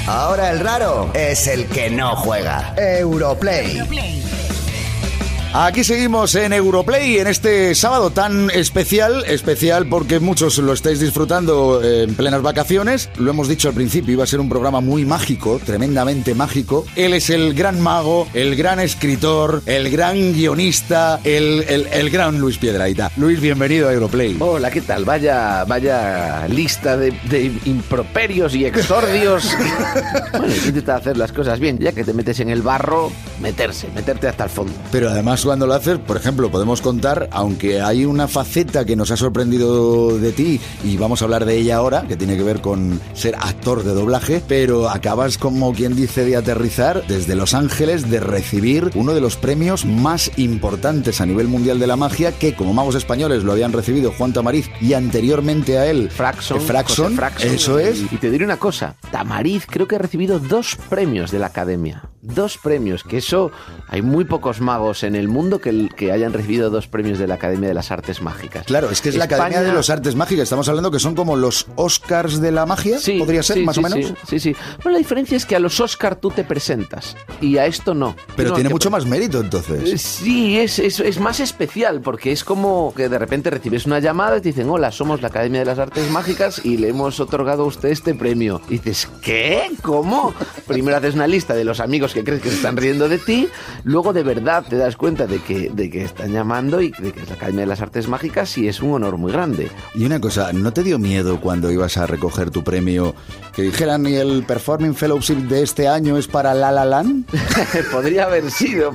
Ahora el raro es el que no juega. Europlay. Aquí seguimos en Europlay en este sábado tan especial porque muchos lo estáis disfrutando en plenas vacaciones. Lo hemos dicho al principio, iba a ser un programa muy mágico, tremendamente mágico. Él es el gran mago, el gran escritor, el gran guionista, el gran Luis Piedrahita. Luis, bienvenido a Europlay. Hola, ¿qué tal? Vaya lista de improperios y exordios. Bueno, intenta hacer las cosas bien, ya que te metes en el barro, meterte hasta el fondo. Pero además cuando lo haces, por ejemplo, podemos contar, aunque hay una faceta que nos ha sorprendido de ti y vamos a hablar de ella ahora, que tiene que ver con ser actor de doblaje, pero acabas, como quien dice, de aterrizar desde Los Ángeles, de recibir uno de los premios más importantes a nivel mundial de la magia, que como magos españoles lo habían recibido Juan Tamariz y anteriormente a él Fraxon, eso es. Y te diré una cosa, Tamariz creo que ha recibido 2 premios de la Academia. 2 premios, que eso hay muy pocos magos en el mundo que hayan recibido 2 premios de la Academia de las Artes Mágicas. Claro, es que es la Academia de las Artes Mágicas. Estamos hablando que son como los Oscars de la magia, sí, podría ser, más o menos. Sí. Bueno, la diferencia es que a los Oscar tú te presentas y a esto no. Pero tiene mucho más mérito, entonces. Sí, es más especial, porque es como que de repente recibes una llamada y te dicen: hola, somos la Academia de las Artes Mágicas y le hemos otorgado a usted este premio. Y dices: ¿qué? ¿Cómo? Primero haces una lista de los amigos que crees que se están riendo de ti, luego de verdad te das cuenta de que están llamando y de que es la Academia de las Artes Mágicas, y es un honor muy grande. Y una cosa, ¿no te dio miedo cuando ibas a recoger tu premio que dijeran: y el Performing Fellowship de este año es para La La Land? Podría haber sido,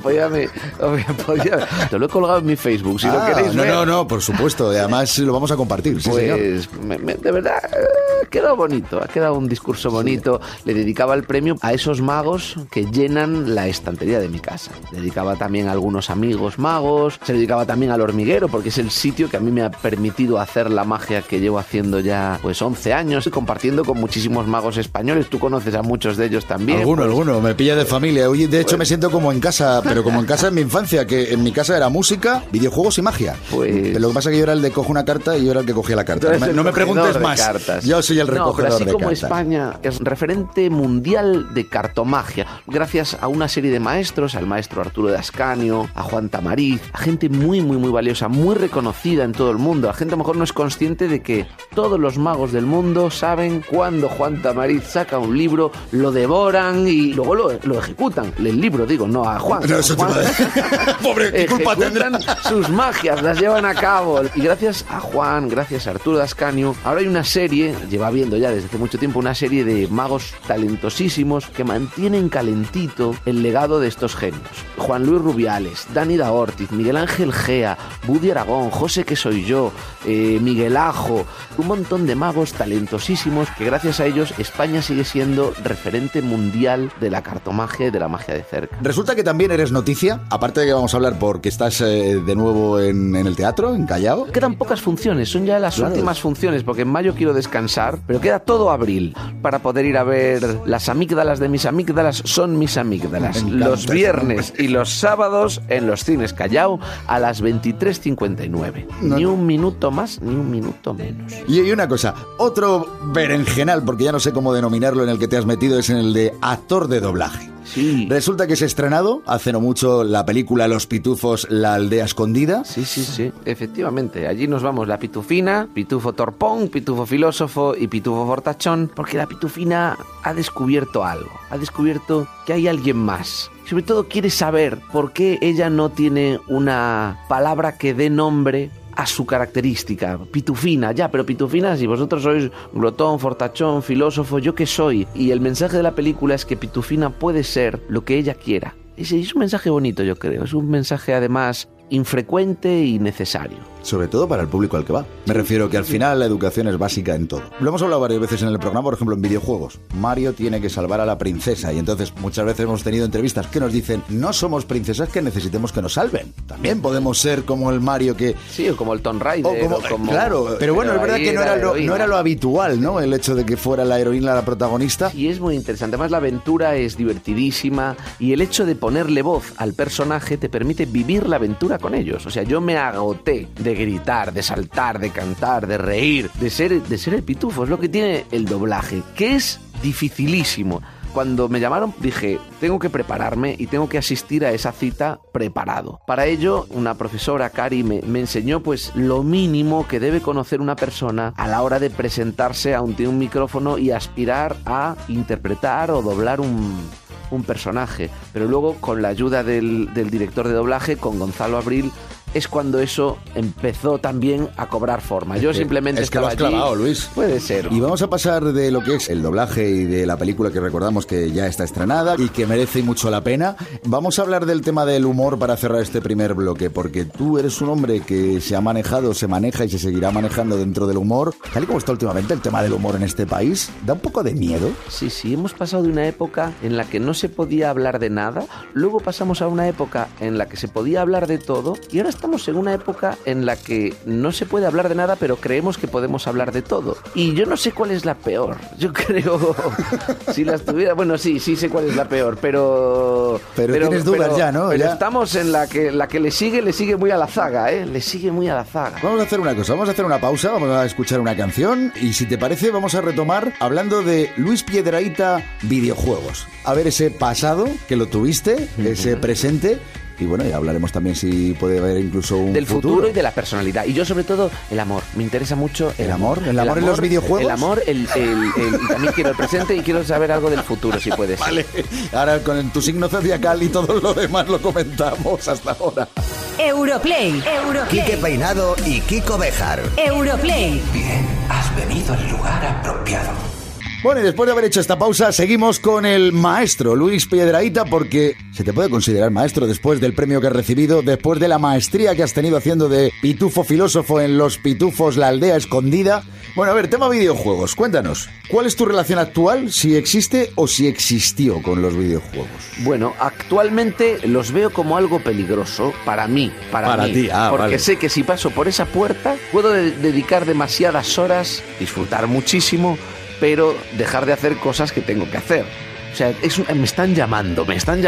te lo he colgado en mi Facebook, si lo queréis ver. No, por supuesto, además lo vamos a compartir. Sí, pues de verdad ha quedado bonito, ha quedado un discurso bonito. Sí. Le dedicaba el premio a esos magos que llenan la estantería de mi casa. Le dedicaba también a algunos amigos magos, se dedicaba también al hormiguero, porque es el sitio que a mí me ha permitido hacer la magia que llevo haciendo ya 11 años, compartiendo con muchísimos magos españoles. Tú conoces a muchos de ellos también. Alguno, me pilla de familia. Oye, de hecho me siento como en casa, pero como en casa en mi infancia, que en mi casa era música, videojuegos y magia. Pues... Lo que pasa es que yo era el de cojo una carta y yo era el que cogía la carta. No me preguntes más. Cartas. Yo soy el recogedor de cartas. Pero así como España es referente mundial de cartomagia, gracias a una serie de maestros, al maestro Arturo de Ascanio, a Juan Tamariz, a gente muy valiosa, muy reconocida en todo el mundo. La gente a lo mejor no es consciente de que todos los magos del mundo saben cuando Juan Tamariz saca un libro, lo devoran y luego lo ejecutan. El libro, digo, no a Juan. No, eso Juan pobre, ¿qué culpa ejecutan sus magias, las llevan a cabo. Y gracias a Juan, gracias a Arturo de Ascanio, ahora hay una serie, lleva viendo ya desde hace mucho tiempo, una serie de magos talentosísimos que mantienen calentito el legado de estos genios. Juan Luis Rubiales, Dani da Ortiz, Miguel Ángel Gea, Budi Aragón, José que soy yo, Miguel Ajo, un montón de magos talentosísimos que gracias a ellos España sigue siendo referente mundial de la cartomagia y de la magia de cerca. Resulta que también eres noticia, aparte de que vamos a hablar porque estás de nuevo en el teatro, en Callao. Quedan pocas funciones, son ya las últimas funciones, porque en mayo quiero descansar, pero queda todo abril para poder ir a ver Las amígdalas de mis amígdalas son mis amígdalas. Los viernes y los sábados en los cines Callao a las 23:59. Ni un minuto más, ni un minuto menos. Y una cosa, otro berenjenal, porque ya no sé cómo denominarlo, en el que te has metido es en el de actor de doblaje. Sí. Resulta que se ha estrenado hace no mucho la película Los Pitufos, la aldea escondida. Sí, efectivamente. Allí nos vamos la pitufina, pitufo torpón, pitufo filósofo y pitufo fortachón, porque la pitufina ha descubierto algo. Ha descubierto que hay alguien más. Sobre todo quiere saber por qué ella no tiene una palabra que dé nombre a su característica, pitufina, ya, pero pitufina, si vosotros sois glotón, fortachón, filósofo, ¿yo qué soy? Y el mensaje de la película es que pitufina puede ser lo que ella quiera. Es un mensaje bonito, yo creo, es un mensaje además infrecuente y necesario. Sobre todo para el público al que va. Me refiero que al final la educación es básica en todo. Lo hemos hablado varias veces en el programa, por ejemplo en videojuegos. Mario tiene que salvar a la princesa y entonces muchas veces hemos tenido entrevistas que nos dicen: no somos princesas que necesitemos que nos salven. También podemos ser como el Mario que... Sí, o como el Tomb Raider. Claro, pero bueno, es verdad que no era lo habitual, ¿no? El hecho de que fuera la heroína la protagonista. Y es muy interesante. Además la aventura es divertidísima y el hecho de ponerle voz al personaje te permite vivir la aventura con ellos. O sea, yo me agoté de gritar, de saltar, de cantar, de reír, de ser el pitufo. Es lo que tiene el doblaje, que es dificilísimo. cuando me llamaron dije, tengo que prepararme y tengo que asistir a esa cita preparado. Para ello, una profesora, Cari, me enseñó pues lo mínimo que debe conocer una persona a la hora de presentarse ante un micrófono y aspirar a interpretar o doblar un personaje. Pero luego, con la ayuda del director de doblaje, con Gonzalo Abril, es cuando eso empezó también a cobrar forma. Yo simplemente es que lo estaba has clavado, allí. Luis. Puede ser. Y vamos a pasar de lo que es el doblaje y de la película que recordamos que ya está estrenada y que merece mucho la pena. Vamos a hablar del tema del humor para cerrar este primer bloque, porque tú eres un hombre que se ha manejado, se maneja y se seguirá manejando dentro del humor. Tal y como está últimamente el tema del humor en este país, da un poco de miedo. Sí, hemos pasado de una época en la que no se podía hablar de nada, luego pasamos a una época en la que se podía hablar de todo y ahora estamos en una época en la que no se puede hablar de nada, pero creemos que podemos hablar de todo. Y yo no sé cuál es la peor. Yo creo, si las tuviera, bueno, sí sé cuál es la peor, pero tienes dudas ya, ¿no? Pero ya estamos en la que le sigue muy a la zaga, le sigue muy a la zaga. Vamos a hacer una cosa, vamos a hacer una pausa, vamos a escuchar una canción y si te parece vamos a retomar hablando de Luis Piedrahita videojuegos. A ver ese pasado que lo tuviste, ese presente. Y bueno, ya hablaremos también si puede haber incluso un del futuro y de la personalidad. Y yo sobre todo el amor. Me interesa mucho el amor en los videojuegos. El amor, y también quiero el presente y quiero saber algo del futuro, si puede ser. Vale, ahora con tu signo zodiacal y todo lo demás lo comentamos hasta ahora. Europlay. Quique Peinado y Kiko Béjar. Europlay. Bien, has venido al lugar apropiado. Bueno, y después de haber hecho esta pausa, seguimos con el maestro Luis Piedrahita, porque se te puede considerar maestro después del premio que has recibido, después de la maestría que has tenido haciendo de pitufo filósofo en Los Pitufos, la aldea escondida. Bueno, a ver, tema videojuegos, cuéntanos, ¿cuál es tu relación actual, si existe o si existió con los videojuegos? Bueno, actualmente los veo como algo peligroso para mí, para mí, ti, porque vale. sé que si paso por esa puerta puedo dedicar demasiadas horas, disfrutar muchísimo, pero dejar de hacer cosas que tengo que hacer. O sea, me están llamando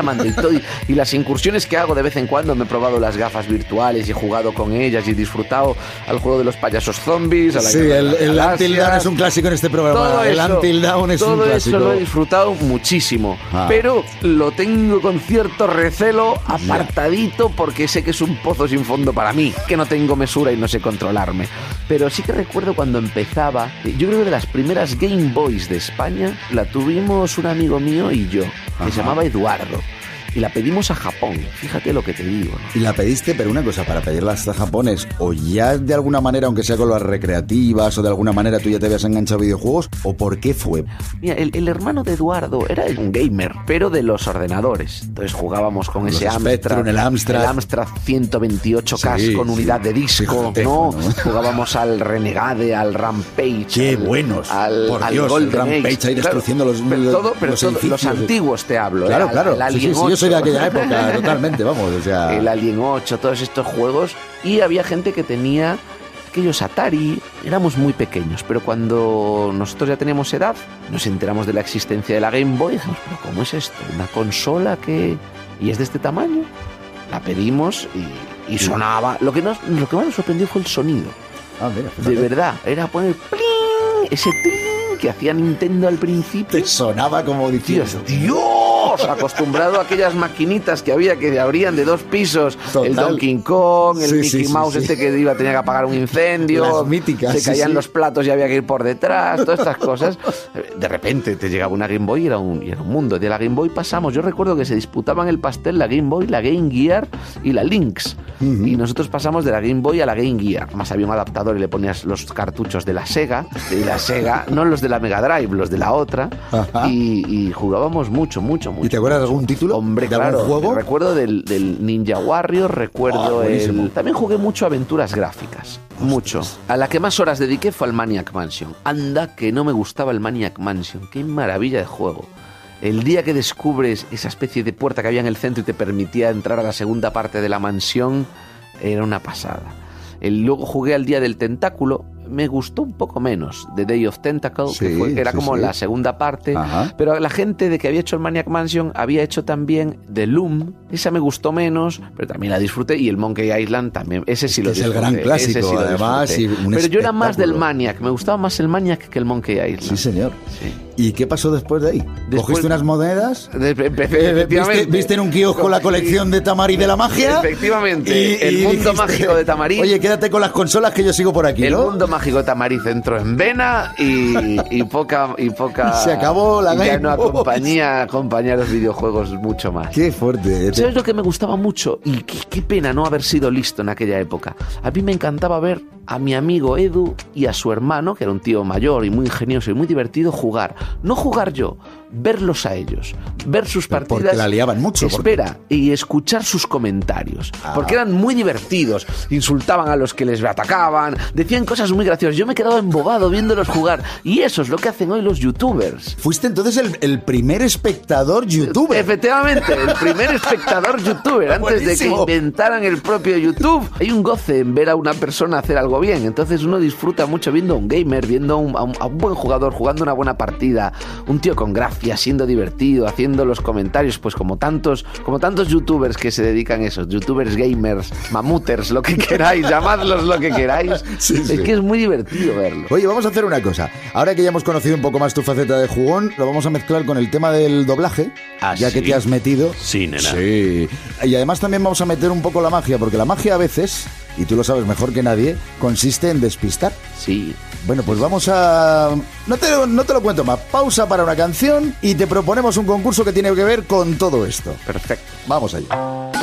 y las incursiones que hago de vez en cuando, me he probado las gafas virtuales y he jugado con ellas y he disfrutado al juego de los payasos zombies. Sí, el Until Dawn es un clásico en este programa. El Until Dawn es un clásico. Todo eso lo he disfrutado muchísimo, pero lo tengo con cierto recelo, apartadito, porque sé que es un pozo sin fondo para mí, que no tengo mesura y no sé controlarme. Pero sí que recuerdo cuando empezaba, yo creo que de las primeras Game Boys de España la tuvimos un amigo mío y yo, que se llamaba Eduardo, y la pedimos a Japón, fíjate lo que te digo, ¿no? Y la pediste, pero una cosa, para pedirla hasta Japón es, o ya de alguna manera, aunque sea con las recreativas, o de alguna manera tú ya te habías enganchado a videojuegos, o por qué fue. Mira, el hermano de Eduardo era un gamer, pero de los ordenadores. Entonces jugábamos con ese Amstrad, el Amstrad 128K sí, con unidad de disco, fíjate, ¿no? Jugábamos al Renegade, al Rampage. ¡Qué buenos! Al Dios, Golden el Rampage Age, ahí destruciendo los edificios. Los antiguos te hablo. Claro, El Alien 8. Yo soy de aquella época, totalmente, vamos, o sea... El Alien 8, todos estos juegos. Y había gente que tenía aquellos Atari. Éramos muy pequeños, pero cuando nosotros ya teníamos edad, nos enteramos de la existencia de la Game Boy y dijimos, ¿pero cómo es esto? ¿Una consola que... y es de este tamaño? La pedimos y sonaba. Lo que más nos sorprendió fue el sonido. Mira, de verdad, era poner ¡pling! Ese ¡pling! Que hacía Nintendo al principio. Te sonaba como diciendo... ¡Dios! Acostumbrado a aquellas maquinitas que había que abrían de 2 pisos. Total. El Donkey Kong, el Mickey Mouse sí. que tenía que apagar un incendio. Las míticas. Se caían los platos y había que ir por detrás. Todas estas cosas. De repente te llegaba una Game Boy y era un mundo. De la Game Boy pasamos. Yo recuerdo que se disputaban el pastel la Game Boy, la Game Gear y la Lynx. Y nosotros pasamos de la Game Boy a la Game Gear. Además había un adaptador y le ponías los cartuchos de la Sega. No los de la Mega Drive, los de la otra. Y jugábamos mucho. ¿Y te acuerdas de algún título? Hombre, ¿de claro. algún juego? Recuerdo del Ninja Warrior, recuerdo También jugué mucho aventuras gráficas. Mucho. A la que más horas dediqué fue al Maniac Mansion. Anda, que no me gustaba el Maniac Mansion. Qué maravilla de juego. El día que descubres esa especie de puerta que había en el centro y te permitía entrar a la segunda parte de la mansión, era una pasada. Luego jugué al Día del Tentáculo. Me gustó un poco menos The Day of Tentacle, que era como la segunda parte. Pero la gente de que había hecho el Maniac Mansion había hecho también The Loom. Esa me gustó menos, pero también la disfruté. Y el Monkey Island también. Ese sí lo disfruté. Es el gran clásico, además. Pero yo era más del Maniac. Me gustaba más el Maniac que el Monkey Island. Sí, señor. Sí. ¿Y qué pasó después de ahí? ¿Cogiste unas monedas? ¿Viste en un kiosco la colección de Tamari de la magia? Efectivamente, el mundo mágico de Tamariz. Oye, quédate con las consolas que yo sigo por aquí, ¿no? El mundo mágico de Tamariz entró en vena y poca... Se acabó la Game. Ya no Boy. acompaña los videojuegos mucho más. Qué fuerte. ¿Sabes lo que me gustaba mucho? Y qué pena no haber sido listo en aquella época. A mí me encantaba ver a mi amigo Edu y a su hermano, que era un tío mayor y muy ingenioso y muy divertido, jugar. No jugar yo, verlos a ellos, ver sus partidas. Porque la liaban mucho. Espera, y escuchar sus comentarios. Porque eran muy divertidos. Insultaban a los que les atacaban, decían cosas muy graciosas. Yo me quedaba embobado viéndolos jugar. Y eso es lo que hacen hoy los youtubers. Fuiste entonces el primer espectador youtuber. Efectivamente, el primer espectador youtuber. Antes Buenísimo. de que inventaran el propio YouTube. Hay un goce en ver a una persona hacer algo bien. Entonces uno disfruta mucho viendo a un gamer, viendo a un buen jugador jugando una buena partida, un tío con gracia, siendo divertido, haciendo los comentarios, pues como tantos youtubers que se dedican a eso, youtubers, gamers, mamuters, lo que queráis, llamadlos lo que queráis. Sí. Es que es muy divertido verlo. Oye, vamos a hacer una cosa. Ahora que ya hemos conocido un poco más tu faceta de jugón, lo vamos a mezclar con el tema del doblaje, ya que te has metido. Sí, nena. Sí. Y además también vamos a meter un poco la magia, porque la magia a veces, y tú lo sabes mejor que nadie, consiste en despistar. Sí. Bueno, pues vamos a... No te lo cuento más. Pausa para una canción y te proponemos un concurso que tiene que ver con todo esto. Perfecto. Vamos allá.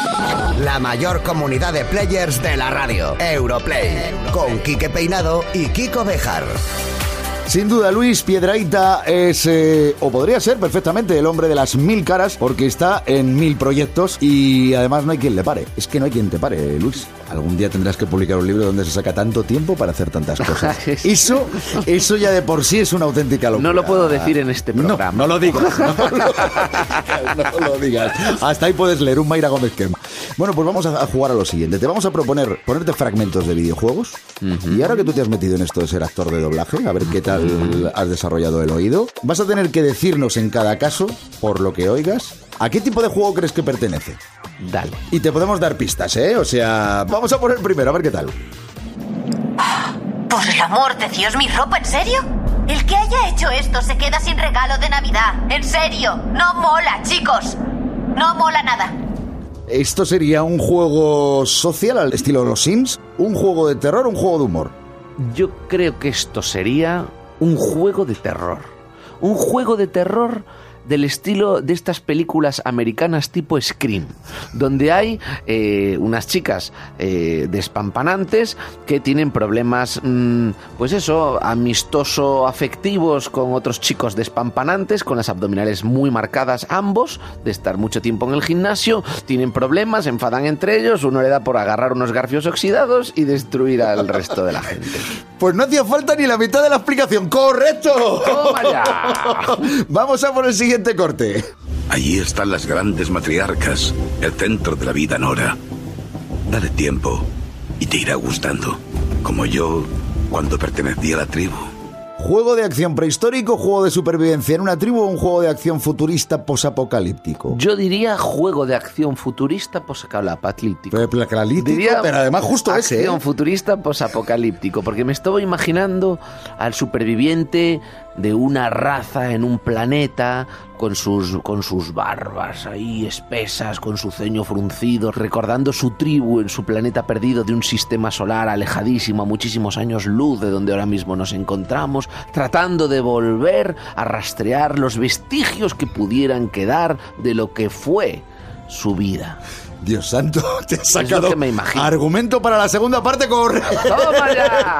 La mayor comunidad de players de la radio. Europlay. Con Quique Peinado y Kiko Bejar. Sin duda, Luis Piedrahita es, o podría ser perfectamente, el hombre de las 1000 caras, porque está en 1000 proyectos y además no hay quien le pare. Es que no hay quien te pare, Luis. Algún día tendrás que publicar un libro donde se saca tanto tiempo para hacer tantas cosas. Eso ya de por sí es una auténtica locura. No lo puedo decir en este programa. No lo digas. No lo digas. Hasta ahí puedes leer un Mayra Gómez Kem. Bueno, pues vamos a jugar a lo siguiente. Te vamos a proponer ponerte fragmentos de videojuegos. Y ahora que tú te has metido en esto de ser actor de doblaje, a ver qué tal has desarrollado el oído, vas a tener que decirnos en cada caso, por lo que oigas, ¿a qué tipo de juego crees que pertenece? Dale. Y te podemos dar pistas, ¿eh? O sea, vamos a poner primero, a ver qué tal. Por el amor de Dios, mi ropa, ¿en serio? El que haya hecho esto se queda sin regalo de Navidad. En serio, no mola, chicos. No mola nada. ¿Esto sería un juego social al estilo Los Sims? ¿Un juego de terror o un juego de humor? Yo creo que esto sería un juego de terror. Un juego de terror del estilo de estas películas americanas tipo Scream, donde hay unas chicas despampanantes que tienen problemas, pues eso, amistoso-afectivos con otros chicos despampanantes, con las abdominales muy marcadas ambos, de estar mucho tiempo en el gimnasio, tienen problemas, se enfadan entre ellos, uno le da por agarrar unos garfios oxidados y destruir al resto de la gente. Pues no hacía falta ni la mitad de la explicación. ¡Correcto! ¡Toma ya! Vamos a por el siguiente corte. Allí están las grandes matriarcas, el centro de la vida Nora. Dale tiempo y te irá gustando, como yo cuando pertenecía a la tribu. ¿Juego de acción prehistórico, juego de supervivencia en una tribu o un juego de acción futurista posapocalíptico? Yo diría juego de acción futurista posapocalíptico. Pero además justo ese, ¿eh? Acción futurista posapocalíptico, porque me estaba imaginando al superviviente de una raza en un planeta con sus barbas ahí espesas, con su ceño fruncido, recordando su tribu en su planeta perdido de un sistema solar alejadísimo a muchísimos años luz de donde ahora mismo nos encontramos, tratando de volver a rastrear los vestigios que pudieran quedar de lo que fue su vida. Dios santo, te has sacado lo que me imagino. Argumento para la segunda parte, correcto. ¡Toma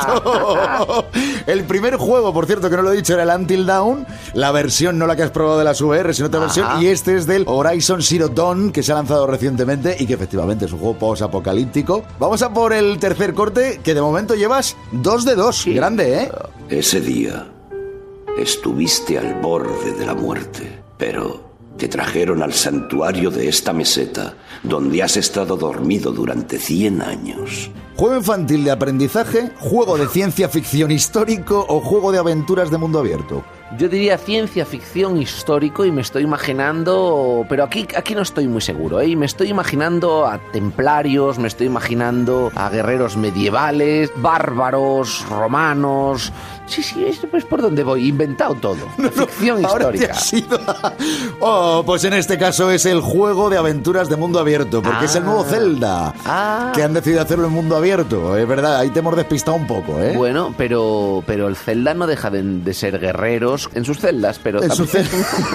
ya! El primer juego, por cierto, que no lo he dicho, era el Until Dawn. La versión, no la que has probado de las VR, sino otra versión. Y este es del Horizon Zero Dawn, que se ha lanzado recientemente y que efectivamente es un juego post-apocalíptico. Vamos a por el tercer corte, que de momento llevas 2 de 2. Sí. Grande, ¿eh? Ese día estuviste al borde de la muerte, pero te trajeron al santuario de esta meseta, donde has estado dormido durante 100 años. ¿Juego infantil de aprendizaje, juego de ciencia ficción histórico o juego de aventuras de mundo abierto? Yo diría ciencia ficción histórico y me estoy imaginando... Pero aquí no estoy muy seguro, ¿eh? Y me estoy imaginando a templarios, me estoy imaginando a guerreros medievales, bárbaros, romanos... Sí, es por donde voy, inventado todo. Ficción histórica. Pues en este caso es el juego de aventuras de mundo abierto, porque es el nuevo Zelda, que han decidido hacerlo en mundo abierto. Es verdad, ahí te hemos despistado un poco, ¿eh? Bueno, pero el Zelda no deja de ser guerreros en sus celdas, pero en también...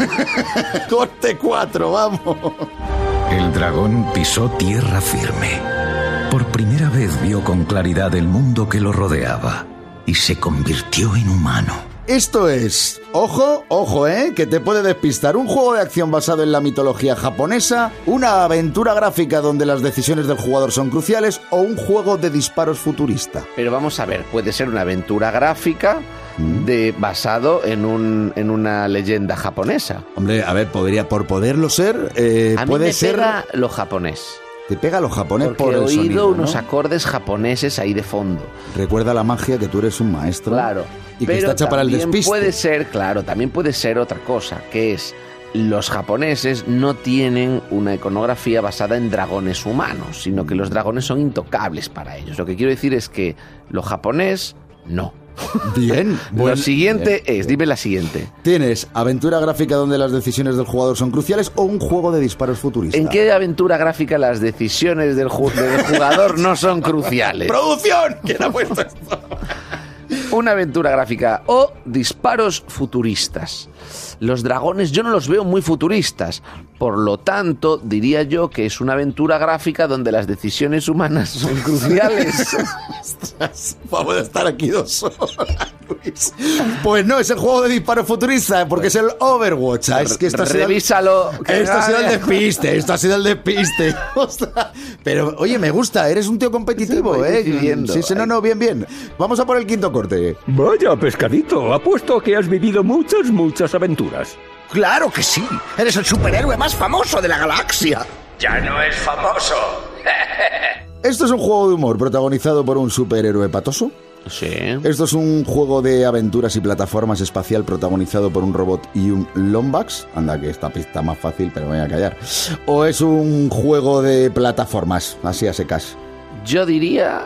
Corte 4, vamos. El dragón pisó tierra firme. Por primera vez vio con claridad el mundo que lo rodeaba y se convirtió en humano. Esto es, ojo, que te puede despistar, un juego de acción basado en la mitología japonesa, una aventura gráfica donde las decisiones del jugador son cruciales o un juego de disparos futurista. Pero vamos a ver, puede ser una aventura gráfica basado en una leyenda japonesa. Hombre, a ver, por poderlo ser, a mí puede me ser... pega lo japonés. Te pega lo japonés porque por el sonido, he oído unos ¿no? acordes japoneses ahí de fondo. Recuerda la magia que tú eres un maestro. Claro. Y que está hecha para el despiste. También puede ser otra cosa, que es los japoneses no tienen una iconografía basada en dragones humanos, sino que los dragones son intocables para ellos. Lo que quiero decir es que lo japonés no. Bien. Lo siguiente es, dime la siguiente. ¿Tienes aventura gráfica donde las decisiones del jugador son cruciales o un juego de disparos futurista? ¿En qué aventura gráfica las decisiones del jugador no son cruciales? ¡Producción! ¿Quién ha puesto esto? Una aventura gráfica o disparos futuristas. Los dragones yo no los veo muy futuristas, por lo tanto diría yo que es una aventura gráfica donde las decisiones humanas son cruciales. Ostras, vamos a estar aquí 2 horas, Luis. Pues no, es el juego de disparos futurista, porque es el Overwatch. Es que revísalo. Esto ha sido el despiste. Ostras. Pero oye, me gusta, eres un tío competitivo, ¿eh? Sí, no, bien. Vamos a por el quinto corte. Vaya, pescadito, apuesto que has vivido muchas aventuras. ¡Claro que sí! ¡Eres el superhéroe más famoso de la galaxia! ¡Ya no es famoso! Esto es un juego de humor protagonizado por un superhéroe patoso. Sí. Esto es un juego de aventuras y plataformas espacial protagonizado por un robot y un Lombax. Anda, que esta pista más fácil, pero me voy a callar. O es un juego de plataformas, así a secas. Yo diría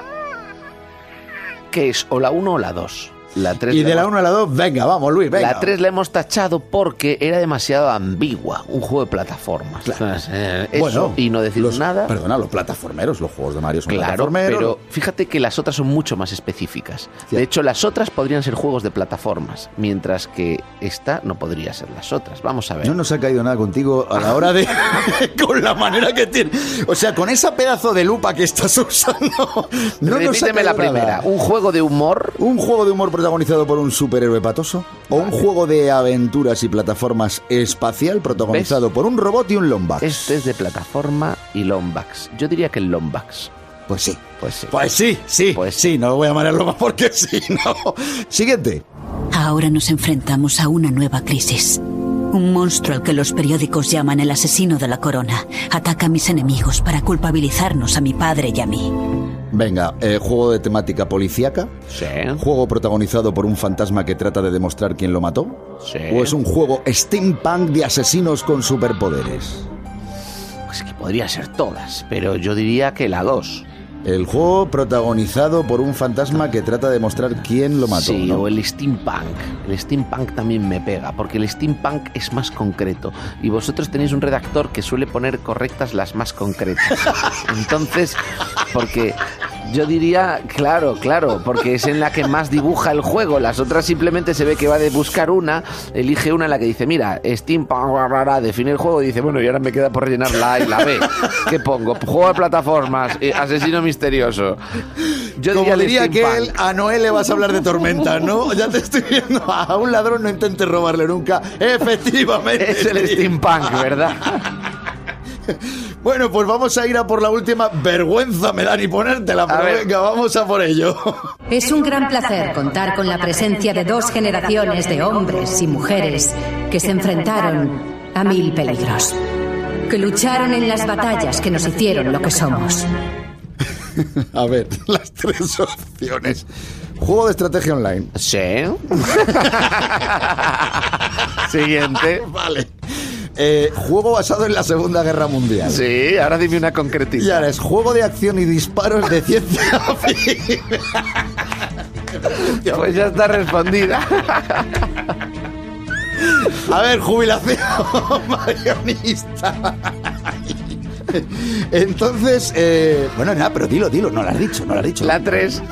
que es o la 1 o la 2. La 3 y de la 1 a la 2, venga, vamos, Luis, venga. La 3 la hemos tachado porque era demasiado ambigua, un juego de plataformas. Claro. Eso, y no decir nada. Perdona, los plataformeros, los juegos de Mario son claro, plataformeros. Pero fíjate que las otras son mucho más específicas. Sí. De hecho, las otras podrían ser juegos de plataformas, mientras que esta no podría ser las otras. Vamos a ver. No nos ha caído nada contigo a la hora de... con la manera que tiene. O sea, con esa pedazo de lupa que estás usando... No repíteme la primera. Nada. Un juego de humor. Un juego de humor protagonizado por un superhéroe patoso. O un juego de aventuras y plataformas espacial protagonizado por un robot y un Lombax. Este es de plataforma y Lombax. Yo diría que el Lombax. Pues sí. Pues sí, no voy a marearlo más porque sí, no. Siguiente. Ahora nos enfrentamos a una nueva crisis. Un monstruo al que los periódicos llaman el asesino de la corona ataca a mis enemigos para culpabilizarnos a mi padre y a mí. Venga, juego de temática policíaca. Sí. Juego protagonizado por un fantasma que trata de demostrar quién lo mató. Sí. O es un juego steampunk de asesinos con superpoderes. Pues que podría ser todas, pero yo diría que la 2. El juego protagonizado por un fantasma que trata de demostrar quién lo mató. Sí, ¿no? o el steampunk. El steampunk también me pega, porque el steampunk es más concreto. Y vosotros tenéis un redactor que suele poner correctas las más concretas. Entonces, porque yo diría, claro, porque es en la que más dibuja el juego. Las otras simplemente se ve que va de buscar una, elige una en la que dice, mira, steampunk, define el juego y dice, bueno, y ahora me queda por rellenar la A y la B. ¿Qué pongo? Juego de plataformas, asesino misterioso. Yo como diría que él, a Noé le vas a hablar de tormenta, ¿no? Ya te estoy viendo. A un ladrón no intentes robarle nunca. Efectivamente. Es el steampunk, ¿verdad? Bueno, pues vamos a ir a por la última. Vergüenza me da ni ponértela, pero venga, vamos a por ello. Es un gran placer contar con la presencia de 2 generaciones de hombres y mujeres que se enfrentaron a 1000 peligros, que lucharon en las batallas que nos hicieron lo que somos. A ver, las 3 opciones. Juego de estrategia online. Sí. Siguiente. Vale. Juego basado en la Segunda Guerra Mundial. Sí, ahora dime una concretita. Y ahora es juego de acción y disparos de ciencia ficción. Pues ya está respondida. A ver, jubilación marionista. Entonces, bueno, nada, pero dilo, no lo has dicho. La 3.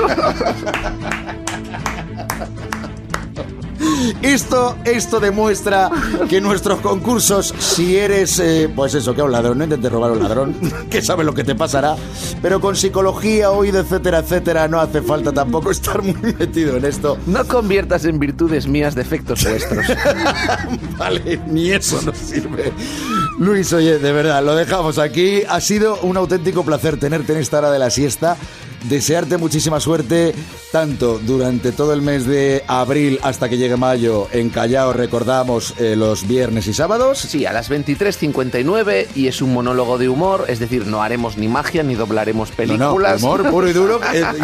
Esto demuestra que nuestros concursos, si eres, pues eso, que a un ladrón, no intentes robar a un ladrón, que sabe lo que te pasará, pero con psicología, oído, etcétera, no hace falta tampoco estar muy metido en esto. No conviertas en virtudes mías defectos vuestros. Vale, ni eso nos sirve. Luis, oye, de verdad, lo dejamos aquí. Ha sido un auténtico placer tenerte en esta hora de la siesta. Desearte muchísima suerte, tanto durante todo el mes de abril hasta que llegue mayo en Callao, recordamos, los viernes y sábados. Sí, a las 23:59, y es un monólogo de humor, es decir, no haremos ni magia ni doblaremos películas. No, humor puro y duro.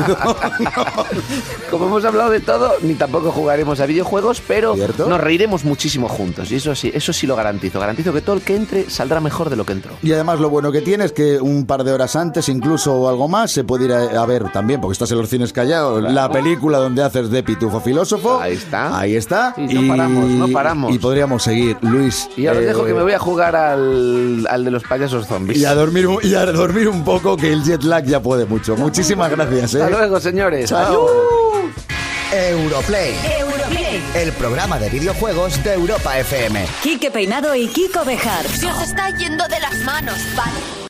Como hemos hablado de todo, ni tampoco jugaremos a videojuegos, pero ¿cierto? Nos reiremos muchísimo juntos, y eso sí lo garantizo. Garantizo que todo el que entre saldrá mejor de lo que entró. Y además lo bueno que tiene es que un par de horas antes, incluso o algo más, se puede ir a ver también, porque estás en los cines Callao, claro, la película donde haces de pitufo filósofo. Ahí está. Sí, no paramos. Y podríamos seguir, Luis. Y ahora os dejo que me voy a jugar al de los payasos zombies. Y a dormir un poco, que el jet lag ya puede mucho. Muchísimas gracias. Hasta luego, señores. Chao. Europlay, el programa de videojuegos de Europa FM. Quique Peinado y Kiko Bejar. Se os está yendo de las manos, ¿vale?